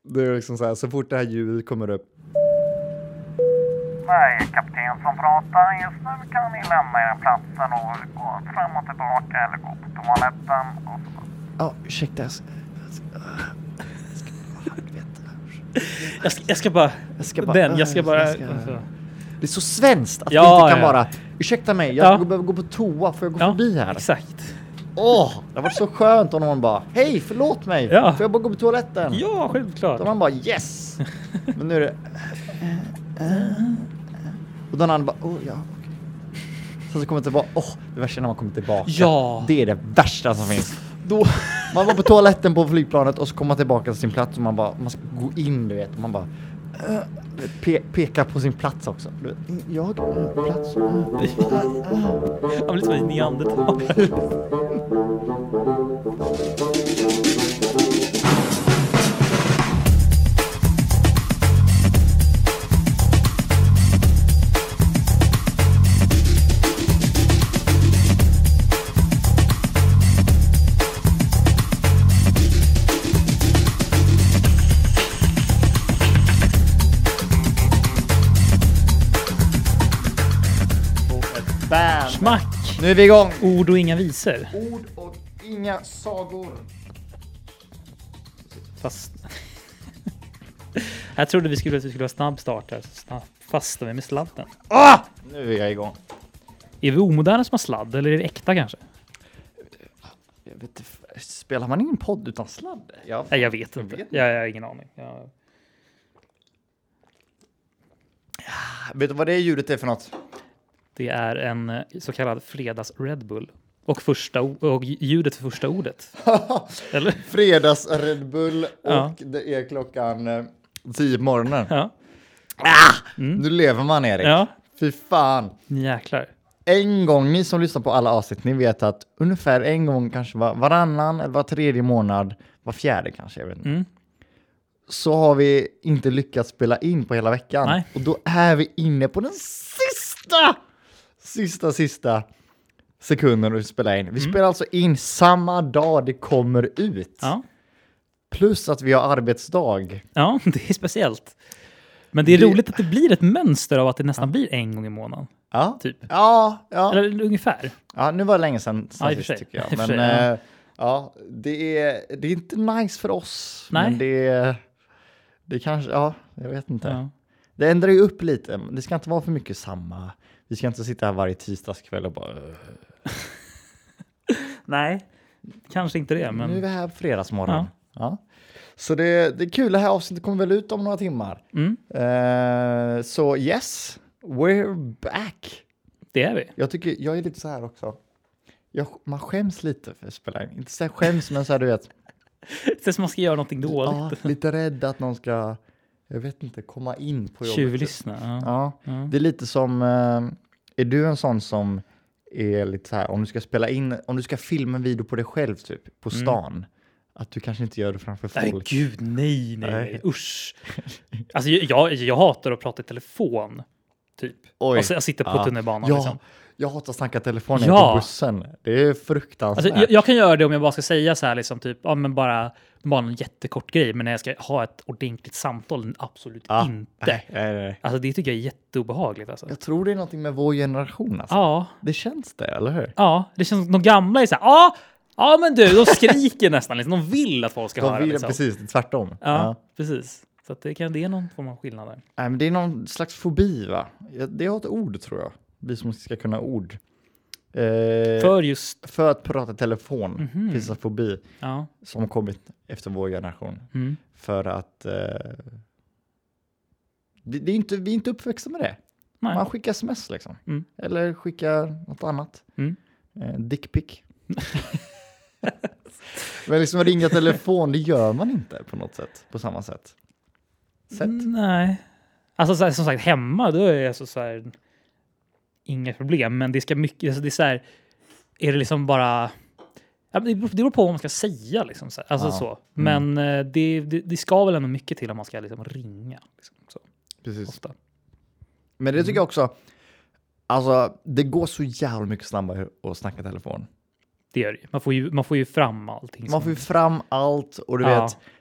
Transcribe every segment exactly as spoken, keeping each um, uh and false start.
Det är liksom så här, så fort det här ljudet kommer upp. Nej, kapten som pratar. Just nu kan ni lämna er platsen och gå fram och tillbaka eller gå på toaletten. Och så. Ja, ursäkta. Jag ska, jag, ska, jag ska bara... Jag ska bara... Den, jag ska bara... Jag ska, alltså. Det är så svenskt att ja, vi inte kan ja. bara... Ursäkta mig, jag ja. behöver gå på toa för jag går ja, förbi här. Exakt. Åh, oh, det var så skönt om någon bara, hej, förlåt mig, ja. får jag bara gå på toaletten? Ja, självklart. Då man bara, yes! Men nu är det... Och den andra bara, oh ja, okej. Okay. Så kommer tillbaka, åh, oh, det värsta när man kommer tillbaka. Ja. Det är det värsta som finns. Då, man var på toaletten på flygplanet och så kommer man tillbaka till sin plats och man bara, man ska gå in, du vet. Och man bara, uh, pe- pekar på sin plats också. Du vet, jag har plats. Han blir lite som en neandertal. Bam. Smack! Nu är vi igång. Ord och inga visor. Ord och inga sagor. Fast... jag trodde vi skulle, att vi skulle ha snabb start här. Snabb. Fasta vi med sladden. Ah! Nu är jag igång. Är vi omoderna som har sladd? Eller är det äkta kanske? Jag vet inte, spelar man in podd utan sladd? Jag, Nej, jag vet jag inte. Vet jag, jag har ingen aning. Jag... Vet du vad det ljudet är för något? Det är en så kallad fredags Red Bull. Och, första, och ljudet för första ordet. Eller? Fredags Red Bull och ja. Det är klockan eh, tio på morgonen. Ja. Ah! Mm. Nu lever man, Erik. Ja. Fy fan. Jäklar. En gång, ni som lyssnar på alla avsnitt, ni vet att ungefär en gång, kanske var, varannan eller var tredje månad, var fjärde kanske, jag vet inte. Mm. Så har vi inte lyckats spela in på hela veckan. Nej. Och då är vi inne på den sista, sista, sista sekunden att spela in. Vi mm. spelar alltså in samma dag det kommer ut. Ja. Plus att vi har arbetsdag. Ja, det är speciellt. Men det är det... roligt att det blir ett mönster av att det nästan ja. blir en gång i månaden. Ja, typ. Ja, ja. Eller ungefär. Ja, nu var det länge sedan ja, sist, tycker jag. Men sig, ja. Äh, ja, det är, det är inte nice för oss. Nej. Men det är, det kanske, ja, jag vet inte. Ja. Det ändrar ju upp lite. Det ska inte vara för mycket samma. Vi ska inte sitta här varje tisdagskväll och bara... Nej, kanske inte det. Men... Nu är vi här på fredagsmorgon. Ja. Ja. Så det, det är kul. Det här avsnittet kommer väl ut om några timmar. Mm. Uh, så yes, we're back. Det är vi. Jag tycker, jag är lite så här också. Jag, man skäms lite för att spela in. Inte så här skäms, men så här, du vet. Det är som man ska göra någonting dåligt. Ja, lite rädd att någon ska, jag vet inte, komma in på jobbet. Tjuvlyssna. Ja. Ja. Ja. Det är lite som, uh, är du en sån som är lite så här, om du ska spela in, om du ska filma en video på dig själv typ, på stan. Mm. Att du kanske inte gör det framför folk. Nej, gud, nej, nej, nej. Usch. Alltså, jag, jag hatar att prata i telefon, typ. Oj. Alltså, jag sitter på ja. tunnelbanan. Ja, liksom. Jag hatar att snacka telefon ja. på bussen. Det är fruktansvärt. Alltså, jag, jag kan göra det om jag bara ska säga så här, liksom, typ, ja, men bara, bara en jättekort grej. Men när jag ska ha ett ordentligt samtal, absolut ja. inte. Nej, nej, nej. Alltså, det tycker jag är jätteobehagligt. Alltså. Jag tror det är någonting med vår generation. Alltså. Ja. Det känns det, eller hur? Ja, det känns som de gamla är så här, ja. Ja, men du, de skriker nästan. Liksom. De vill att folk ska de höra. Vill, liksom. Precis, det är tvärtom. Ja, ja. precis. Så att det, kan, det är någon form av skillnad där. Nej, men det är någon slags fobi, va? Det är ett ord, tror jag. Vi som ska kunna ord. Eh, för just... För att prata telefon mm-hmm. finns en fobi ja. som har kommit efter vår generation. Mm. För att... Eh, det, det är inte, vi är inte uppväxta med det. Nej. Man skickar sms, liksom. Mm. Eller skickar något annat. Mm. Eh, dickpic. Men liksom ringa telefon, det gör man inte på något sätt, på samma sätt. sätt. Nej. Alltså så här, som sagt, hemma då är det alltså, så här, inga problem, men det ska mycket, alltså, det är så här, är det liksom bara, ja, det beror på vad man ska säga liksom, så här. Alltså ja. så. Men mm. det, det, det ska väl ändå mycket till om man ska liksom ringa. Liksom, så. Precis. Ofta. Men det tycker jag också, alltså det går så jävla mycket snabbare att snacka telefon. Det gör det. Man får ju, man får ju fram allting. Man får ju fram allt och du ja. vet,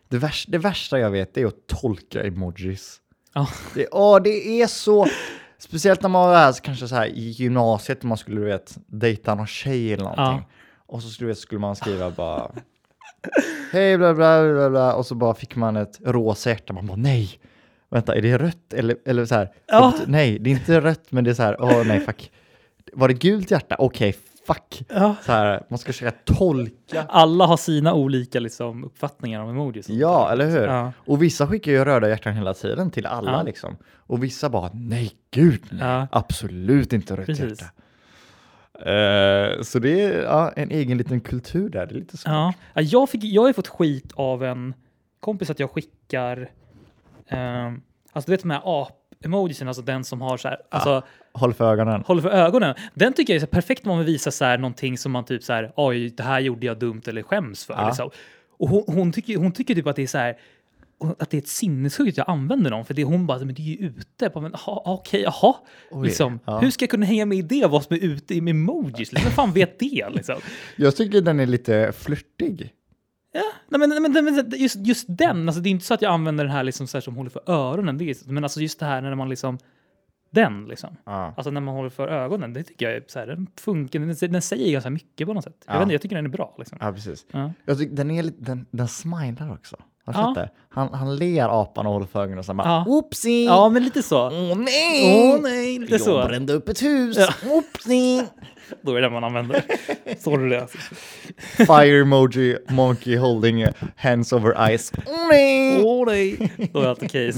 Det värsta, det värsta jag vet är att tolka emojis. Ja. Det, åh, det är så... Speciellt när man var här, kanske så här i gymnasiet, man skulle, du vet, dejta någon tjej eller någonting. Ja. Och så skulle, skulle man skriva bara... Hej, bla, bla, bla, bla. Och så bara fick man ett rosa hjärta. Man bara, nej. Vänta, är det rött? Eller, eller så här. Ja. Nej, det är inte rött, men det är så här. Åh, nej, fuck. Var det gult hjärta? Okej, okay, fuck. Ja. Så här, man ska försöka tolka. Alla har sina olika liksom, uppfattningar om emojis. Ja, eller hur? Ja. Och vissa skickar ju röda hjärtan hela tiden till alla. Ja. Liksom. Och vissa bara, nej, gud, nej. Ja. Absolut inte rött Precis. Hjärta. Uh, så det är ja, en egen liten kultur där. Det är lite ja. Ja, jag, fick, jag har fått skit av en kompis att jag skickar uh, alltså du vet de här ap-emojisen, alltså den som har så här, alltså, ah, håll för ögonen. Håll för ögonen. Den tycker jag är så perfekt om man visar så här någonting som man typ så här, oj, det här gjorde jag dumt eller skäms för. Ah. Liksom. Och hon, hon, tycker, hon tycker typ att det är så här, att det är ett sinnessjukt att jag använder dem, för det är hon bara, men det är ju ute. Men okej, okay, jaha. Liksom, ja. Hur ska jag kunna hänga med i det, vad som är ute i emojis? Vem fan vet det? Liksom? Jag tycker den är lite flörtig. Ja, nej, men, men, men just, just den, alltså det är inte så att jag använder den här, liksom, så här som håller för öronen. Det är, men alltså just det här när man liksom, den liksom. Ja. Alltså när man håller för ögonen, det tycker jag är så här, den funkar, den, den säger ganska mycket på något sätt. Jag, ja. vet inte, jag tycker den är bra. Liksom. Ja, precis. Ja. Jag tycker, den, är lite, den, den smilar också. Ja. Han, han ler apan och håller för ögonen och så bara, ja. Oopsie! Ja, men lite så. Åh nej! Åh nej, lite jag så. Jag brände upp ett hus. Ja. Oopsie! Då är det man använder. Så är det alltså. Fire emoji, monkey holding hands over eyes. Åh nej! Åh nej! Då är allt okej.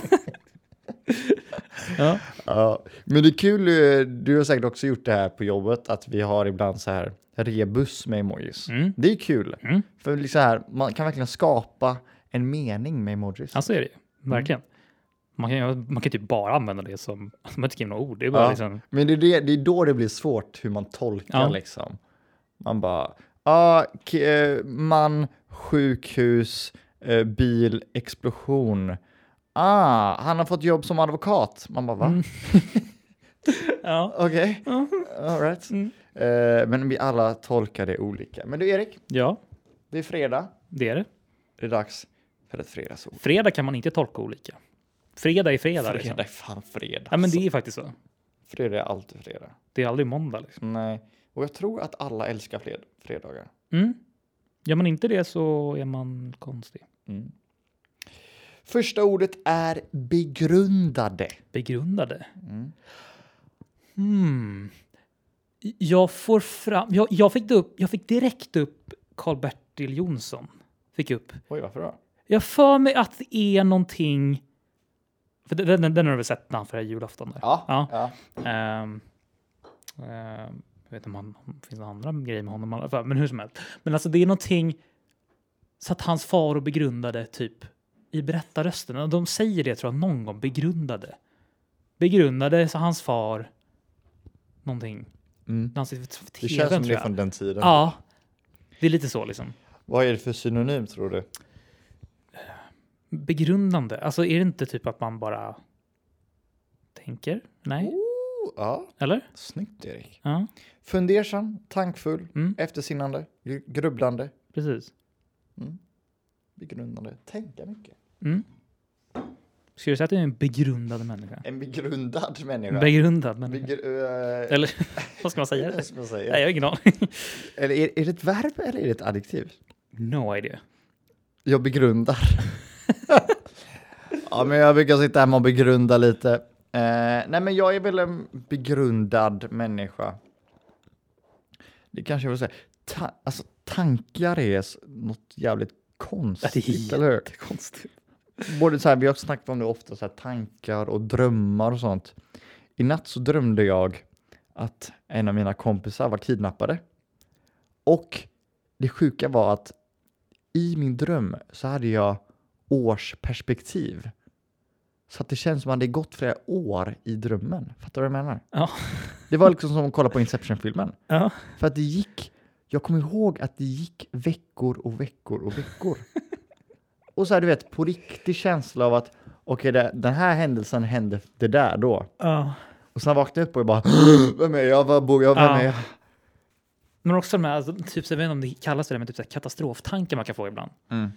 Ja. Ja. Men det är kul, du har säkert också gjort det här på jobbet, att vi har ibland så här rebus med emojis. Mm. Det är kul. Mm. För liksom här, man kan verkligen skapa en mening med emojis. Ja, så är det. Verkligen. Mm. Man kan, man kan typ bara använda det som, som man inte skriver några ord. Det är bara ja. liksom... Men det är, det, det är då det blir svårt hur man tolkar ja. Liksom. Man bara, ah, k- man, sjukhus, eh, bil, explosion. Ah, han har fått jobb som advokat. Man bara, va? Mm. Ja. Okej, okay. mm. All right. Mm. Uh, men vi alla tolkar det olika. Men du Erik, ja. Det är fredag. Det är det. Det är dags för ett fredagsord. Fredag kan man inte tolka olika. Fredag är fredag. Fredag liksom. är fan fredag. Ja, men det är faktiskt så. Fredag är alltid fredag. Det är aldrig måndag liksom. Nej, och jag tror att alla älskar fred- fredagar. Mm. Gör man inte det så är man konstig. Mm. Första ordet är begrundade. Begrundade? Mm. Hmm. Jag får fram... Jag, jag, fick upp, jag fick direkt upp Karl-Bertil Jonsson. Fick upp. Oj, varför då? Jag för mig att det är någonting... För den, den, den har du väl sett när han för julafton där? Ja. ja. ja. Um, um, jag vet inte om, han, om det finns några andra grejer med honom. Men hur som helst. Men alltså det är någonting... Så att hans far och begrundade typ... I berättarrösten. Och de säger det tror jag någon gång. Begrundade. Begrundade så hans far... Någonting. Mm. Han sitter för det känns som det är från den tiden. Ja. Det är lite så liksom. Vad är det för synonym tror du? Begrundande. Alltså är det inte typ att man bara tänker? Nej. Oh, ja. Eller? Snyggt Erik. Ja. Fundersam, tankfull, mm. eftersinnande, grubblande. Precis. Mm. Begrundande. Tänka mycket. Mm. Ska du säga att du är en begrundad människa? En begrundad människa? Begrundad människa. Begr- uh, eller vad ska man säga? Vad ska man säga? Nej, jag har ingen aning. Eller är, är det ett verb eller är det ett adjektiv? No idea. Jag begrundar. Ja, men jag brukar sitta hemma och begrunda lite. Uh, nej, men jag är väl en begrundad människa. Det kanske jag vill säga. Ta- alltså, tankar är något jävligt konstigt, ja, eller hur? Konstigt. Både så här, vi har snackat om det ofta, så här, tankar och drömmar och sånt. I natt så drömde jag att en av mina kompisar var kidnappade. Och det sjuka var att i min dröm så hade jag årsperspektiv. Så att det känns som att det gått flera år i drömmen. Fattar du vad jag menar? Ja. Det var liksom som att kolla på Inception-filmen. Ja. För att det gick, jag kommer ihåg att det gick veckor och veckor och veckor. Och så här, du vet, på riktig känsla av att okej, okay, den här händelsen hände det där då. Ja. Och sen vaknade jag upp och jag bara, vem är jag? Vad bor jag? Vem ja. är jag? Men också med, alltså, typ, så jag vet inte om det kallas för det, men typ så här, katastroftankar man kan få ibland. Mm.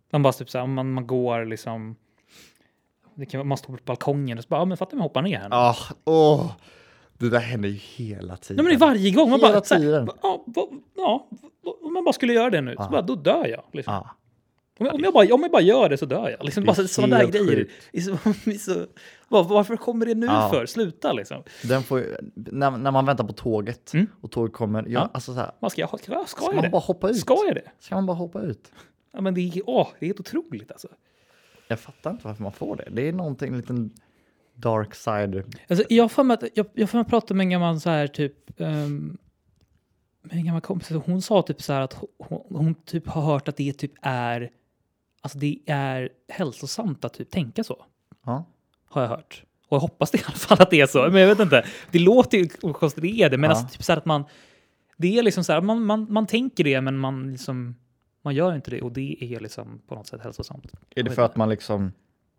Man bara typ så här, om man, man går liksom, det kan, man står på balkongen och så bara, ja, men fattar man hoppar ner här nu. Ja, åh. Det där händer ju hela tiden. Ja, men det är varje gång. Man Hela bara, så här, tiden. ja, va, ja, om man bara skulle göra det nu, så Ja. bara, då dör jag. Liksom. Ja. Om, jag, om, jag bara, om jag bara gör det så dör jag. Liksom, Det är bara sådana där helt grejer. sjukt. är så, är så, var, varför kommer det nu Ja. för? Sluta liksom. Den får ju, när, när man väntar på tåget Mm. och tåget kommer, ja, Ja. alltså så här, Man ska, jag, ska, ska, ska jag man det? bara hoppa ut? Ska jag det? Ska man bara hoppa ut? Ja, men det är, åh, det är helt otroligt alltså. Jag fattar inte varför man får det. Det är någonting, en liten dark side. Alltså, jag får mig att jag, jag får mig prata med en gammal så här typ um, med en gammal kompis. Hon sa typ så här att hon, hon typ har hört att det typ är alltså det är hälsosamt att typ tänka så. Ja. Har jag hört. Och jag hoppas det i alla fall att det är så. Men jag vet inte. Det låter ju konstigt, det är det. Men Ja. alltså typ så här att man det är liksom så här man, man, man tänker det men man liksom man gör inte det och det är liksom på något sätt hälsosamt. Är Jag det vet för inte. att man liksom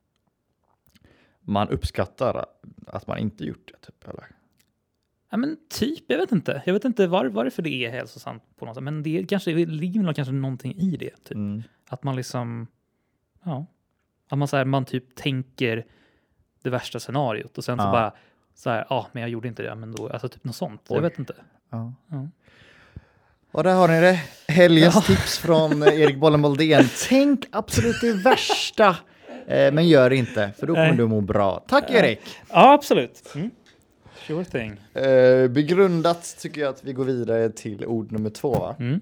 man uppskattar att man inte gjort det typ eller? Ja, men typ, jag vet inte. Jag vet inte var, varför det är hälsosamt på något sätt. Men det är, kanske, det ligger nog kanske någonting i det. Typ. Mm. Att man liksom, ja. Att man, så här, man typ tänker det värsta scenariot. Och sen så Ja. bara, så här, ja, men jag gjorde inte det. Men då, alltså typ något sånt. Oj. Jag vet inte. Ja. Ja. Och där har ni det. Helgens Ja. tips från eh, Erik Bollenboldén. Tänk absolut det värsta, eh, men gör det inte, för då kommer Nej. du må bra. Tack Erik! Ja, absolut. Mm. Sure thing. Eh, begrundat tycker jag att vi går vidare till ord nummer två. Va? Mm.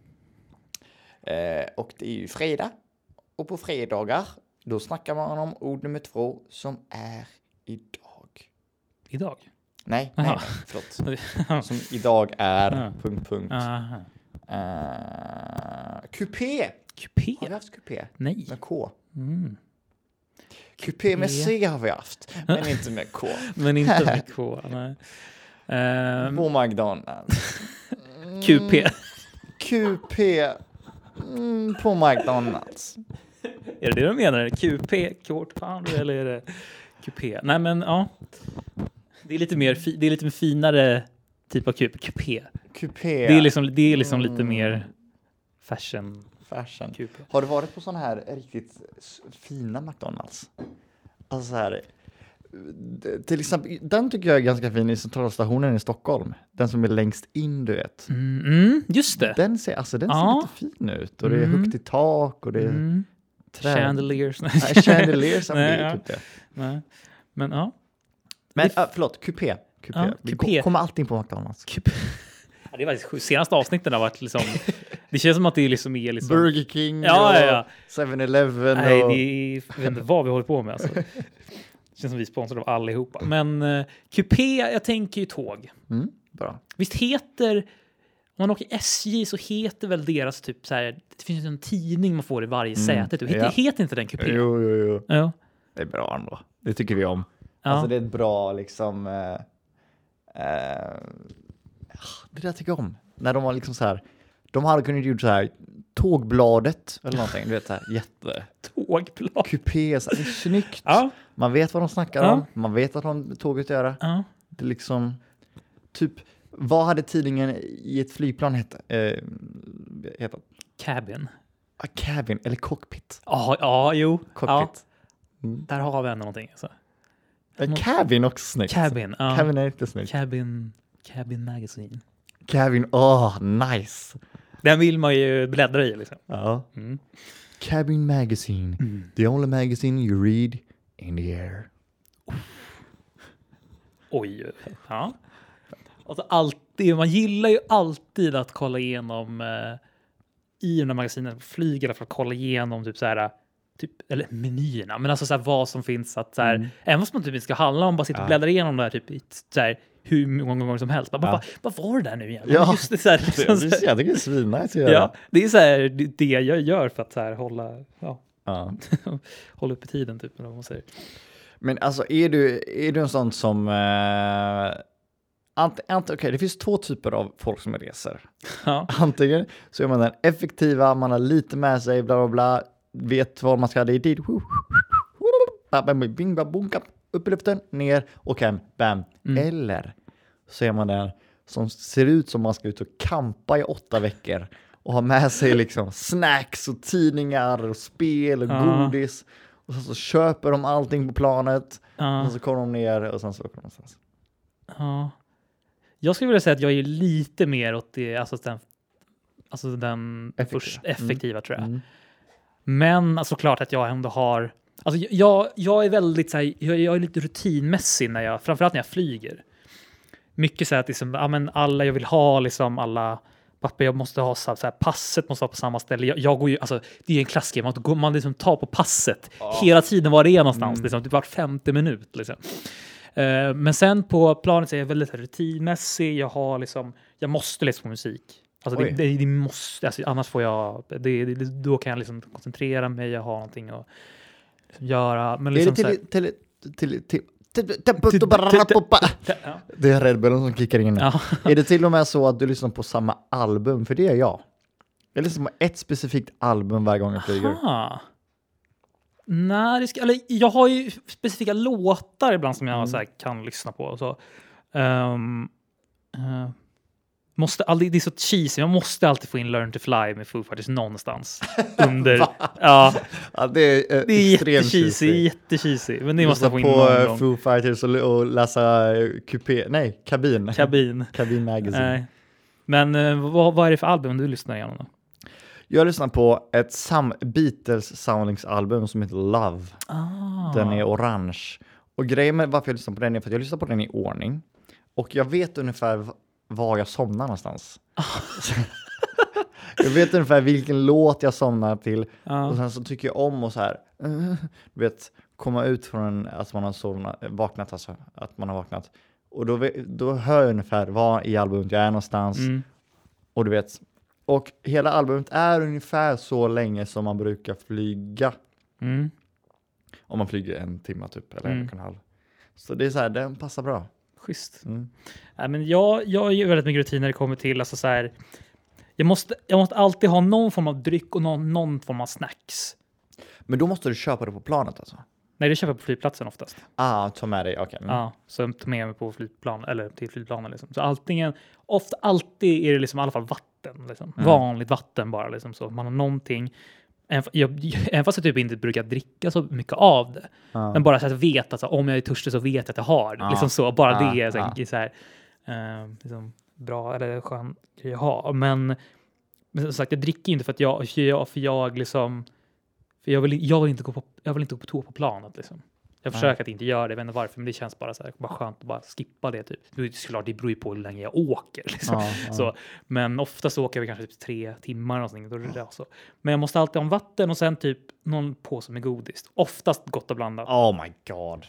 Eh, och det är ju fredag. Och på fredagar, då snackar man om ord nummer två som är idag. Idag? Nej, nej, Aha. nej förlåt. Som idag är, Ja. punkt, punkt. Aha. Uh, kupé. Kupé? Har vi haft kupé? Nej. Med K. Mm. Kupé med C har vi haft, men inte med K. Men inte med K. Nej. Ehm, På McDonalds. Q P. Q P mm, på McDonalds. Är det det du menar? Q P, Quart Pounder, eller är det Q P? Nej, men ja. Det är lite mer, fi- det är lite mer finare typ av Q P. Q P. Q P. Det är liksom, det är liksom lite Mm. mer fashion Fashion. Q P. Har du varit på sådana här riktigt s- fina McDonalds? Alltså så här, d- till exempel, den tycker jag är ganska fin i centralstationen i Stockholm. Den som är längst in, du vet. Mm, mm, just det. Den ser, alltså, den ser Ja. lite fin ut. Och det är Mm. högt i tak och det är Mm. trä. Chandeliers. Nej, chandeliers som Nej, blir ja. typ det. Nej. Men ja. Men Det- äh, förlåt, kupé. Kupé. Ja, Vi kupé. ko- kommer alltid in på McDonalds. Q P. Ja, det var sjukt. Senaste avsnitten har varit liksom... Det känns som att det är liksom... Är liksom Burger King Ja, ja, ja. och seven eleven. Nej, och... det är, jag vet inte vad vi håller på med. Alltså. Det känns som vi är sponsrade av allihopa. Men uh, kupé, jag tänker ju tåg. Mm, bra. Visst heter... Om man åker S J så heter väl deras typ så här... Det finns ju en tidning man får i varje Mm, säte. Typ. Heter, ja. heter inte den kupé? Jo, jo, jo. Ja. Det är bra ändå. Det tycker vi om. Ja. Alltså det är ett bra liksom... Eh, eh, det där tycker jag om. När de var liksom så här... De hade kunnat gjort så här... Tågbladet eller någonting. Du vet så här, jätte... Tågblad. Kupé, så här, det är snyggt. Ja. Man vet vad de snackar Ja. om. Man vet att de tåget göra. Ja. Det är liksom... Typ... Vad hade tidningen i ett flygplan hette? Eh, hetat? Cabin. A cabin eller cockpit. Ja, ja, jo. Cockpit. Ja, Mm. där har vi ändå någonting. Alltså. En cabin också snyggt. Cabin. Ja. Cabin är inte snyggt. Cabin. Cabin Magazine. Cabin, åh, nice. Den vill man ju bläddra i liksom. Ja. Mm. Cabin Magazine. The only magazine you read in the air. Oj. Ja. Alltså alltid, man gillar ju alltid att kolla igenom eh, i de här magasinen på flyg eller för att kolla igenom typ så här typ eller menyerna, men alltså så här vad som finns att så här Mm. även fast man typ inte ska handla om bara sitta och Ja. bläddra igenom det här typ i så här hur många gånger som helst. Bara, Ja. vad, vad var det där nu igen? Ja. Just det, så här, liksom, Det så är, här, jag tycker det är svinnice att göra. ja, det är så här det det jag gör för att så här hålla ja, Ja. hålla uppe tiden typ eller vad man säger. Men alltså är du, är du en sån som... Eh, ant, ant, okay, det finns två typer av folk som reser. Ja. Antingen så är man den effektiva, man har lite med sig, bla bla bla, vet vad man ska ha dit, dit, bing, bam, boom, kap, upp i luften, ner och hem, bam. Mm. Eller så är man den som ser ut som man ska ut och kampa i åtta veckor och har med sig liksom snacks och tidningar och spel och Ja. godis. Och sen så köper de allting på planet. Ja. Och sen så kommer de ner och sen så åker de någonstans. Ja. Jag skulle vilja säga att jag är lite mer åt det, alltså den, alltså den Effektiva. först effektiva tror jag. Mm. Men alltså, klart att jag ändå har, alltså jag, jag är väldigt så här, jag, jag är lite rutinmässig när jag, framförallt när jag flyger. Mycket så här att liksom, ja, men alla jag vill ha liksom alla papper, jag måste ha så här, passet måste vara på samma ställe. Jag, jag går ju, alltså det är en klassiker, man går man liksom tar på passet Oh. hela tiden var det är någonstans, Mm. liksom, typ vart femte minut liksom. Uh, men sen på planet så är jag väldigt rutinmässig. Jag har liksom, jag måste lyssna på musik. Alltså det, det, det måste, alltså annars får jag, det, det, då kan jag liksom koncentrera mig, jag har någonting att liksom göra. Men liksom är det till, till, till, till, det är Red Bullen som kickar in. Ja. Är det till och med så att du lyssnar på samma album? För det är jag. Jag lyssnar på ett specifikt album varje gång jag flyger. Aha. Nej, det ska, eller, jag har ju specifika låtar ibland som jag Mm. så här, kan lyssna på. Så, um, uh, måste aldrig, det är så cheesy, man måste alltid få in Learn to Fly med Foo Fighters någonstans. Under, ja, Ja, det är, eh, det är extremt jättecheesy, jättecheesy. Men det måste jag få in på någon eh, gång. Foo Fighters och, och läsa eh, kupé, nej, kabin. Kabin. Kabin Magazine. Nej. Men uh, vad, vad är det för album du lyssnar igenom då? Jag lyssnar på ett Sam Beatles soundingsalbum som heter Love. Ah. Den är orange. Och grejen med varför jag lyssnar på den är för att jag lyssnar på den i ordning. Och jag vet ungefär v- var jag somnar någonstans. Jag vet ungefär vilken låt jag somnar till. Ja. Och sen så tycker jag om och så här. Uh, du vet, komma ut från en, att man har sovnat, vaknat alltså. Att man har vaknat. Och då, vet- då hör jag ungefär var i albumet jag är någonstans. Mm. Och du vet. Och hela albumet är ungefär så länge som man brukar flyga. Mm. Om man flyger en timme typ. Eller Mm. en och en halv. Så det är så här, den passar bra. Schysst. Mm. Nej, men jag, jag gör väldigt mycket rutiner när det kommer till alltså så här, jag, måste, jag måste alltid ha någon form av dryck och någon, någon form av snacks. Men då måste du köpa det på planet alltså? Nej, det köper jag på flygplatsen oftast. Ah, ta med dig, okej. Okay. Mm. Ja, så jag tar med mig på flygplan, eller till flygplanen. Liksom. Så antingen, ofta, alltid är det liksom i alla fall vatten. Liksom. Mm. Vanligt vatten bara. Liksom, så man har någonting. Även, jag, även fast jag typ inte brukar dricka så mycket av det. Ah. Men bara så att jag vet att så, om jag är törstig så vet jag att jag har det. Ah. Liksom så, bara Ah. det är så, Ah. så här, eh, liksom, bra eller skön grej att ha. Men, men som sagt, jag dricker inte för att jag, för jag, för jag liksom, för jag vill, jag vill inte gå på, jag vill inte gå på toa på planet liksom. Jag försöker Nej. att inte göra det, jag vet inte varför, men det känns bara så här, bara skönt att bara skippa det typ. Det är såklart, det beror ju på hur länge jag åker liksom. Ah, ah. Så, men oftast så åker vi kanske typ tre timmar eller någonting, då är det så. Men jag måste alltid ha vatten och sen typ någon påse med godis. Oftast gott och blandat. Oh my god.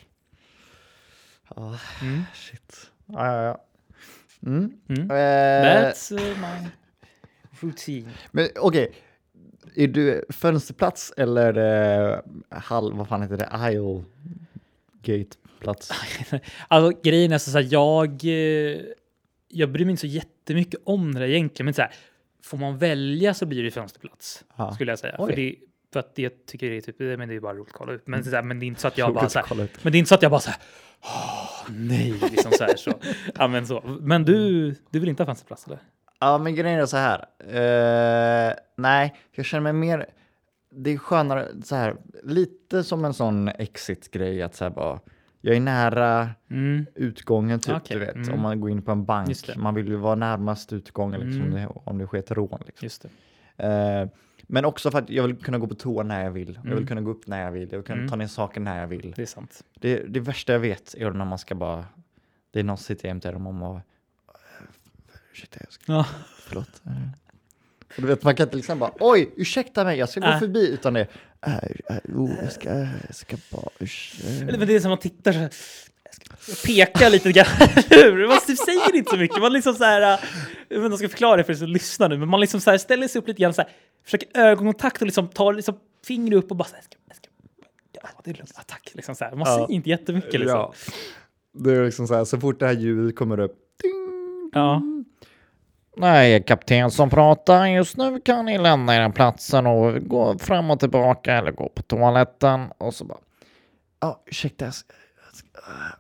Ah, Mm. shit. Ah, ja, ja. Mm. Mm. Eh, That's uh, my routine. men okej. Är du fönsterplats eller eh, hall, vad fan heter det? Aisle gate plats? Alltså grejen är så här, jag eh, jag bryr mig inte så jättemycket om det egentligen, men så här, får man välja så blir det fönsterplats, Ja. skulle jag säga. Oj. För det, för att det tycker det är typ, men det är bara roligt att kolla ut. Men, så här, men det är inte så att jag bara Roligt så att kolla här, ut. men det är inte så att jag bara så här, åh, nej, liksom så här så. Ja, men så. Men du du vill inte ha fönsterplats eller? Ja, men grejen är så här. Eh, nej, jag känner mig mer... Det är skönare så här, lite som en sån exit-grej att så här bara... Jag är nära Mm. utgången typ, Okej, du vet. mm. Om man går in på en Just bank. det. Man vill ju vara närmast utgången liksom, Mm. om, det, om det sker ett rån. Liksom. Just det. Eh, men också för att jag vill kunna gå på toa när jag vill. Jag vill Mm. kunna gå upp när jag vill. Jag vill kunna Mm. ta ner saker när jag vill. Det är sant. Det, det värsta jag vet är när man ska bara... Det är någon som sitter jämte dem om och... Ursäkta, jag ska... Ja. Förlåt. Och du vet, man kan inte liksom bara, oj, ursäkta mig, jag ska gå Äh. förbi, utan det äh, äh, oh, jag ska, jag ska bara, usch, äh. Eller, men det är som man tittar så här, jag pekar lite grann. Man typ säger inte så mycket. Man liksom så här, jag vet inte om jag ska förklara det för er som lyssnar nu, men man liksom så här ställer sig upp lite grann så här, försöker ögonkontakt och liksom tar liksom fingret upp och bara så här, jag ska, jag ska, ja, det är lugnt, ja, tack, liksom så här. Man Ja. säger inte jättemycket liksom. Ja. Det är liksom så här, så fort det här ljudet kommer upp, ding, Ja. nej, kapten som pratar, just nu kan ni lämna den platsen och gå fram och tillbaka eller gå på toaletten och så bara, ja, ursäkta, jag ska, jag ska,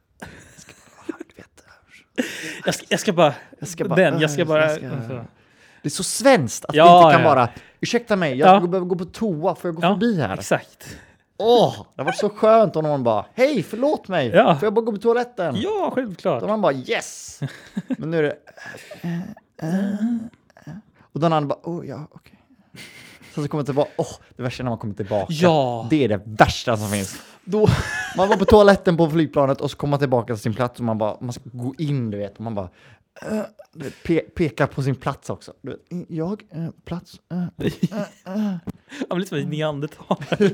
jag ska bara, du vet, Jag ska, jag ska bara, jag ska bara, den, jag ska bara, jag ska- alltså. Det är så svenskt att Ja, vi inte kan ja. bara, ursäkta mig, jag Ja. behöver gå på toa, får jag gå Ja, förbi här? exakt. Åh, det var så skönt om någon bara, hej, förlåt mig, Ja. får jag bara gå på toaletten? Ja, självklart. Då man bara, yes! Men nu är det... Och den andra bara, oh ja, okej. Så så kommer tillbaka, åh, det värsta när man kommer tillbaka. Ja. Det är det värsta som finns. Då... Man var på toaletten på flygplanet och så kommer man tillbaka till sin plats och man bara, man ska gå in, du vet, och man bara uh, du vet, pe pekar på sin plats också. Du vet, jag, uh, plats, uh, uh, uh. Han blir som en neandertalare.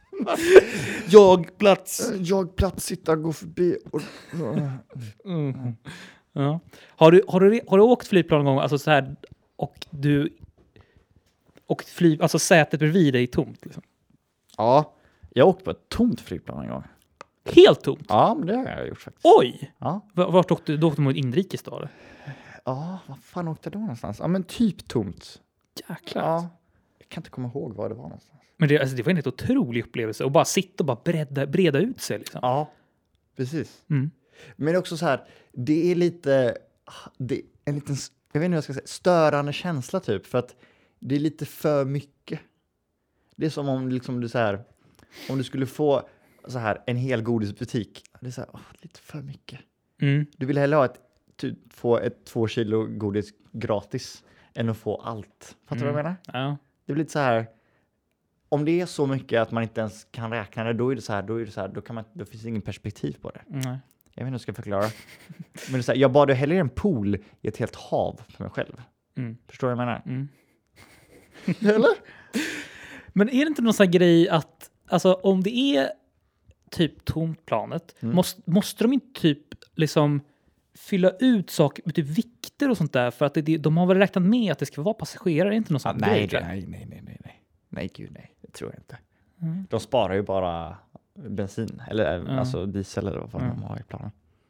Jag, plats. Uh, jag, plats, sitta, gå förbi. Och, uh. Mm. Ja. Har, du, har, du, har du åkt flygplan någon gång, alltså så här, och du och flyg, alltså sätet bredvid dig är tomt liksom? Ja, jag åkte på ett tomt flygplan en gång. Helt tomt? Ja, men det har jag gjort faktiskt. Oj! Ja. V- Vart åkte du? Då åkte du mot inrikes då? Eller? Ja, vad fan åkte jag då någonstans? Ja, men typ tomt. Jäklar. Ja. Jag kan inte komma ihåg var det var någonstans. Men det, alltså, det var en helt otrolig upplevelse. Och bara sitta och bara breda, breda ut sig liksom. Ja, precis. Mm. Men det är också så här, det är lite, det är en liten, jag vet inte hur jag ska säga, störande känsla typ. För att det är lite för mycket. Det är som om liksom du så här, om du skulle få så här en hel godisbutik. Det är så här, åh, lite för mycket. Mm. Du vill hellre ha ett, typ, få ett två kilo godis gratis än att få allt. Fattar du Mm. vad jag menar? Ja. Det blir lite så här, om det är så mycket att man inte ens kan räkna det, då är det så här, då är det så här, då kan man, då finns det ingen perspektiv på det. Nej. Jag vet inte hur jag ska förklara. Men det är så här, jag bad hellre en pool i ett helt hav för mig själv. Mm. Förstår du vad jag menar? Mm. Eller? Men är det inte någon sån här grej att, alltså om det är typ tomt planet, Mm. måste, måste de inte typ liksom fylla ut saker med typ vikter och sånt där, för att det, de har väl räknat med att det ska vara passagerare, är det inte någon sån Ah, grej, nej, tror jag? nej, nej, nej, nej, nej. Nej, gud nej. Det tror jag inte. Mm. De sparar ju bara bensin, eller Mm. alltså diesel eller vad fan Mm. de har i planen.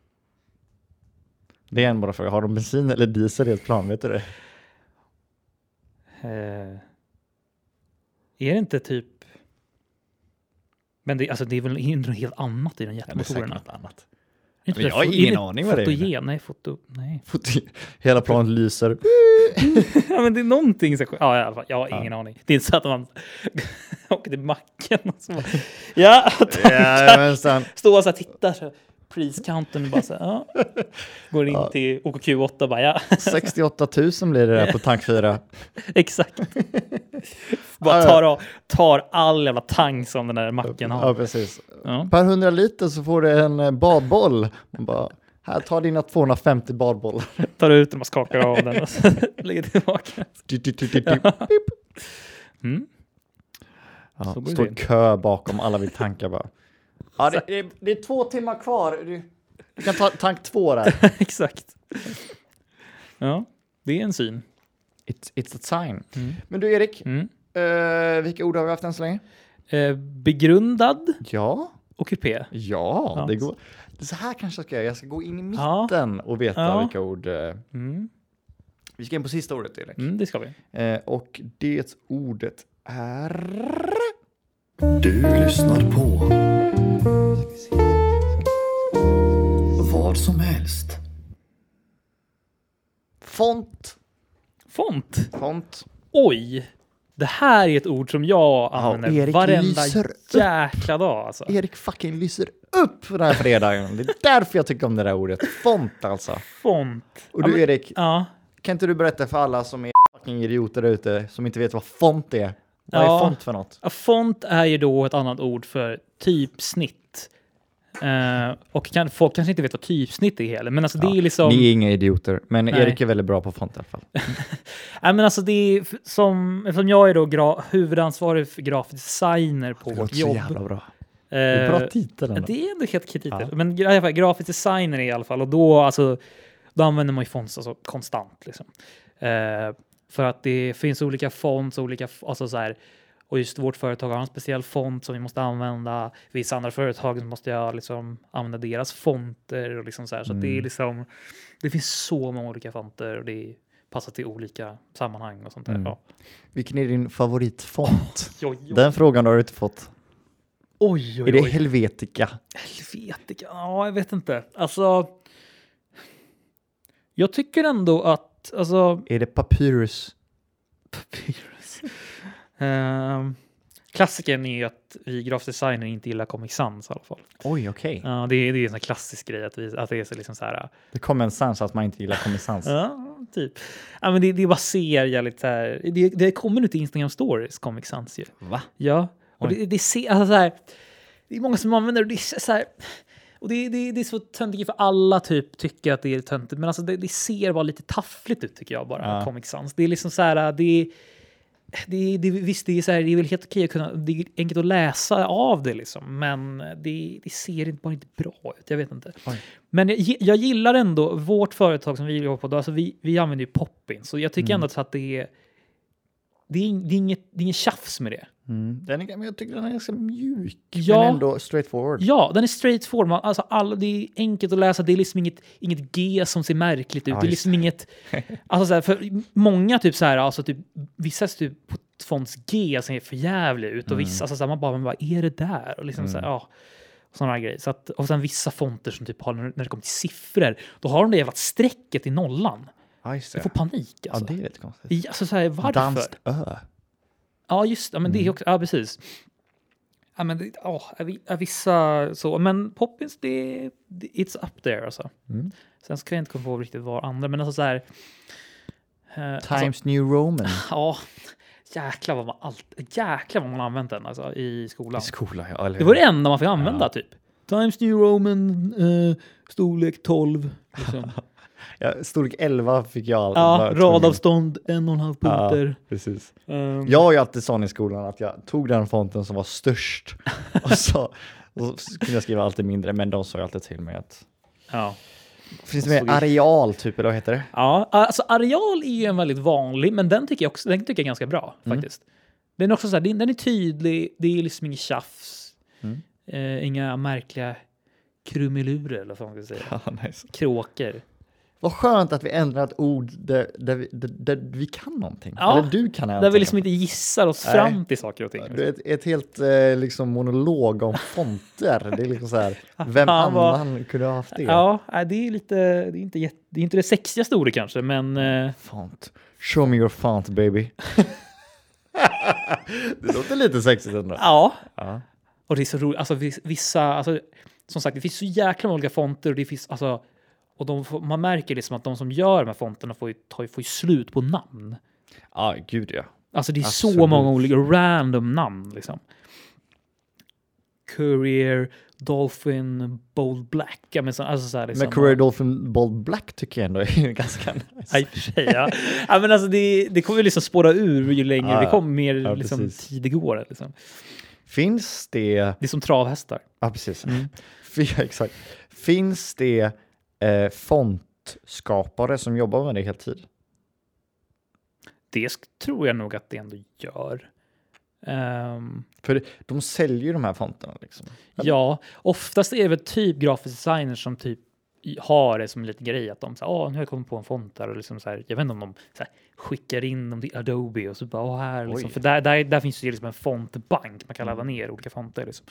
Det är en bara fråga, har de bensin eller diesel i ett plan, vet du det? Eh, är det inte typ... Men det, alltså det är väl inte något helt annat i de jetmotorerna? något annat. Är inte Men det jag har fo- ingen är det aning vad det är. Fotogen? Nej, foto... Nej. Hela planet lyser. Ja, men det är någonting så... Ja, i alla fall. Jag har Ja. ingen aning. Det är inte så att man åker till macken och så bara, ja, Ja, men sen, står och så här, tittar så här, priscounten och bara så här, ja. Går in Ja. till O K Q åtta och bara, ja, sextioåtta tusen blir det där på tank fyra. exakt. Bara tar, av, tar all jävla tang som den där macken Ja, har. precis. Ja. Per hundra liter så får du en eh, badboll. Man bara, här, ta dina tvåhundrafemtio badbollar. Tar ut den och skakar av den och så lägger tillbaka. Du, du, du, du, du. Mm. Ja, Så går det står till. kö bakom, alla vill tanka bara. Ja, det, det, det är två timmar kvar. Du, du kan ta tank två där. Exakt. Ja, det är en syn. It's, it's a sign. Mm. Men du Erik, Mm. eh, vilka ord har vi haft än så länge? Eh, begrundad Ja, och kupé. ja, Ja. det går. Det är så här kanske jag ska göra. Jag ska gå in i Ja. mitten och veta Ja. vilka ord. Eh, Mm. vi ska in på sista ordet, Erik. Mm, det ska vi. Eh, och det ordet är... Du lyssnar på vad som helst. Font. Font. Font. Oj! Det här är ett ord som jag använder Erik varenda lyser upp. jäkla dag. Alltså. Erik fucking lyser upp den här fredagen. Det är därför jag tycker om det där ordet. Font alltså. Font. Och Ja, du men- Erik, Ja. kan inte du berätta för alla som är fucking idioter där ute som inte vet vad font är? Vad Ja. är font för något? Ja, font är ju då ett annat ord för typsnitt. Uh, och kan, folk kanske inte vet vad typsnitt är heller. Men alltså det är liksom... Ni är inga idioter, men Nej. Erik är väldigt bra på font i alla fall. Nej, men alltså det är f- som... Eftersom jag är då gra- huvudansvarig för grafisk designer på Det vårt låter så jobb. jävla bra. eh, Det är bra titel ändå. Det är ändå helt titel. Ja. Men i alla fall, grafisk designer i alla fall. Och då, alltså, då använder man ju fonts alltså, konstant. Liksom. Eh, för att det finns olika fonts, olika, f- alltså så här, och just vårt företag har en speciell font som vi måste använda. Vissa andra företag så måste jag liksom använda deras fonter. Och liksom så här. Så att det är Mm. liksom, det finns så många olika fonter och det passar till olika sammanhang och sånt där. Mm. Ja. Vilken är din favoritfont? Oj, oj, oj. Den frågan har du inte fått. oj, oj, Är det oj. Helvetica? Helvetica? Ja, jag vet inte. Alltså, jag tycker ändå att, alltså, Är det Papyrus? Papyrus. um, Klassikern är ju att vi grafikdesigner inte gillar Comic Sans i alla fall. Oj, okej. Okay. Ja, det är, det är en sån klassisk grej att, vi, att det är så liksom så här... Det kommer en sans att man inte gillar Comic Sans. Ja, typ. Ja, men det, det bara ser jävligt så här... Det, det kommer nu till Instagram Stories, Comic Sans ju. Va? Ja, och det, det ser... Alltså så här, det är många som använder det. Det är så här... Och det, det, det är så töntigt för alla typ tycker att det är töntigt. Men alltså det, det ser bara lite taffligt ut tycker jag bara, ja. Comic Sans. Det är liksom så här... Det är, Det, det, visst, det är, så här, det är väl helt okej att kunna, det är enkelt att läsa av det liksom, men det, det ser inte, bara inte bra ut, jag vet inte. Oj. Men jag, jag gillar ändå vårt företag som vi jobbar på, då, alltså vi, vi använder ju Poppin, så jag tycker mm. ändå att det är, det är, det är, inget, det är inget tjafs med det. Mm. Den är, men jag tycker den är ganska mjuk, ja, men ändå straightforward. Ja, den är straightforward. Alltså, all, det är enkelt att läsa. Det är liksom inget, inget G som ser märkligt ut. Ja, det är liksom inget... Alltså, så här, för många typ så här, alltså, typ, vissa typ fonts G ser för jävligt ut. Och vissa, mm. alltså, så här, man bara, man bara, är det där? Och liksom mm. så här, ja, sådana grejer. Så att, och sen vissa fonter som typ har, när det kommer till siffror, då har de det jävla strecket i nollan. Ja, jag får panik. Alltså. Ja, det är rätt konstigt. Alltså, så här, varför? Danst ö. Ja, just ja, men mm. det är också, ja, precis. Ja, men det, oh, är vissa så, men Poppins, det, det it's up there alltså. Mm. Sen ska jag inte komma på riktigt var andra, men alltså så här... Uh, Times alltså, New Roman. Ja, jäklar vad man allt, jäklar vad man har använt den alltså, i skolan. I skolan, ja. Eller... Det var det enda man fick använda, ja. Typ. Times New Roman, uh, storlek tolv. Liksom. Ja, storlek elva fick jag. Ja, radavstånd, en och en halv punkter. Ja, precis. Um, jag har ju alltid sån i skolan att jag tog den fonten som var störst. och, så, och så kunde jag skriva alltid mindre, men de sa ju alltid till mig att... Ja. Finns det med areal typ, eller vad heter det? Ja, alltså areal är ju en väldigt vanlig, men den tycker jag också, den tycker jag är ganska bra mm. faktiskt. Den är också så här, den är tydlig, det är liksom inget tjafs. Mm. Eh, inga märkliga krumelurer eller vad man ska säga. Ja, nice. Kråkor. Vad skönt att vi ändrar ett ord där, där, vi, där, där vi kan någonting. Ja, eller du kan där vi liksom inte gissar oss Nej. fram till saker och ting. Det är ett, ett helt eh, liksom monolog om fonter. Det är liksom så här, vem ja, annan var... kunde ha haft det? Ja, det är lite, det är inte, jätte, det är inte det sexigaste ordet kanske, men... Eh... Font. Show me your font, baby. Det låter lite sexigt ändå. Ja. ja. Och det är så roligt. Alltså vissa, alltså, som sagt, det finns så jäkla många fonter och det finns, alltså... Och de får, man märker liksom att de som gör de här fonterna får ju, tar, får ju slut på namn. Ja, ah, gud ja. Alltså det är Absolut. Så många olika random namn liksom. Courier, Dolphin, Bold Black. Ja, men, så, alltså så här, liksom, men Courier, Dolphin, Bold Black tycker jag ändå är ganska nice. Ja, i och för sig, ja. Ja, men alltså det, det kommer ju liksom spåra ur ju längre. Ah, det kommer mer ja, liksom, tid går. Liksom. Finns det... Det är som travhästar. Ja, precis. Mm. Ja, exakt. Finns det... Eh, fontskapare som jobbar med det heltid? Det tror jag nog att det ändå gör. Um, För de säljer ju de här fonterna liksom. Ja, oftast är det väl typ grafisk designers som typ har det som lite grej att de säger, åh, nu har jag kommit på en font där och liksom så här, jag vet inte om de så här, skickar in dem till Adobe och så bara, åh, här liksom. För där, där, där finns ju liksom en fontbank man kan ladda ner olika fonter liksom.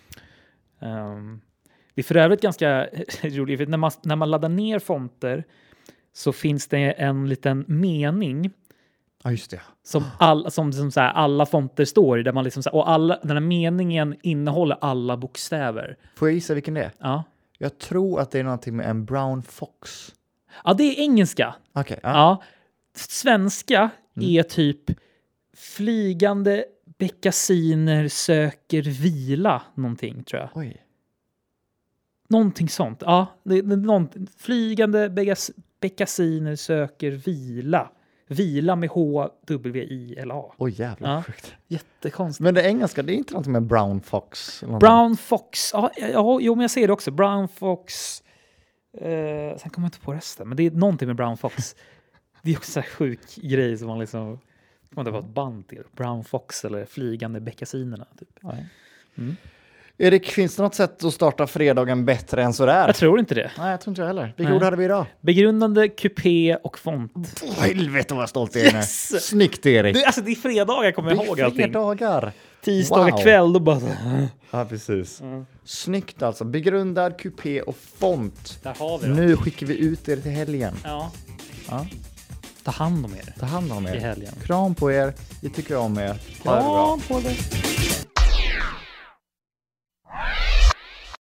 Um, Det är för övrigt ganska roligt, för när man, när man laddar ner fonter så finns det en liten mening. Ja, just det. Som, all, som, som så här, alla fonter står i, där man liksom så här, och alla, den här meningen innehåller alla bokstäver. Får jag gissa vilken det är? Ja. Jag tror att det är någonting med en brown fox. Ja, det är engelska. Okej. Okay, ja. Ja. Svenska mm. är typ flygande beckasiner söker vila någonting, tror jag. Oj. Någonting sånt. Ja, det, det, någon, flygande beckasiner söker vila. Vila med H W I L A. Oj, oh, jävla ja, sjukt. Jättekonstigt. Men det engelska, det är inte något med brown fox? Brown fox. Ja, ja, jo, men jag ser det också. Brown fox. Eh, sen kommer jag inte på resten. Men det är någonting med brown fox. Det är också en sjuk grej som man liksom... Man inte på ett band till. Brown fox eller flygande beckasinerna. Typ. Ja. Mm. Erik, finns det något sätt att starta fredagen bättre än så där? Jag tror inte det. Nej, jag tror inte jag heller. Vilka ord hade vi idag? Begrundande, kupé och font. Oh, helvete vad stolt jag är nu. Yes! Snyggt, Erik. Det, alltså, det är fredagar, kommer jag ihåg allting. Det är fredagar. Tisdagar wow. Kväll, då bara... Ja, precis. Mm. Snyggt alltså. Begrundad, kupé och font. Där har vi det. Nu skickar vi ut er till helgen. Ja. Ja. Ta hand om er Ta hand om i er. helgen. Kram på er. Vi tycker om er. Ha det bra. Kram på dig.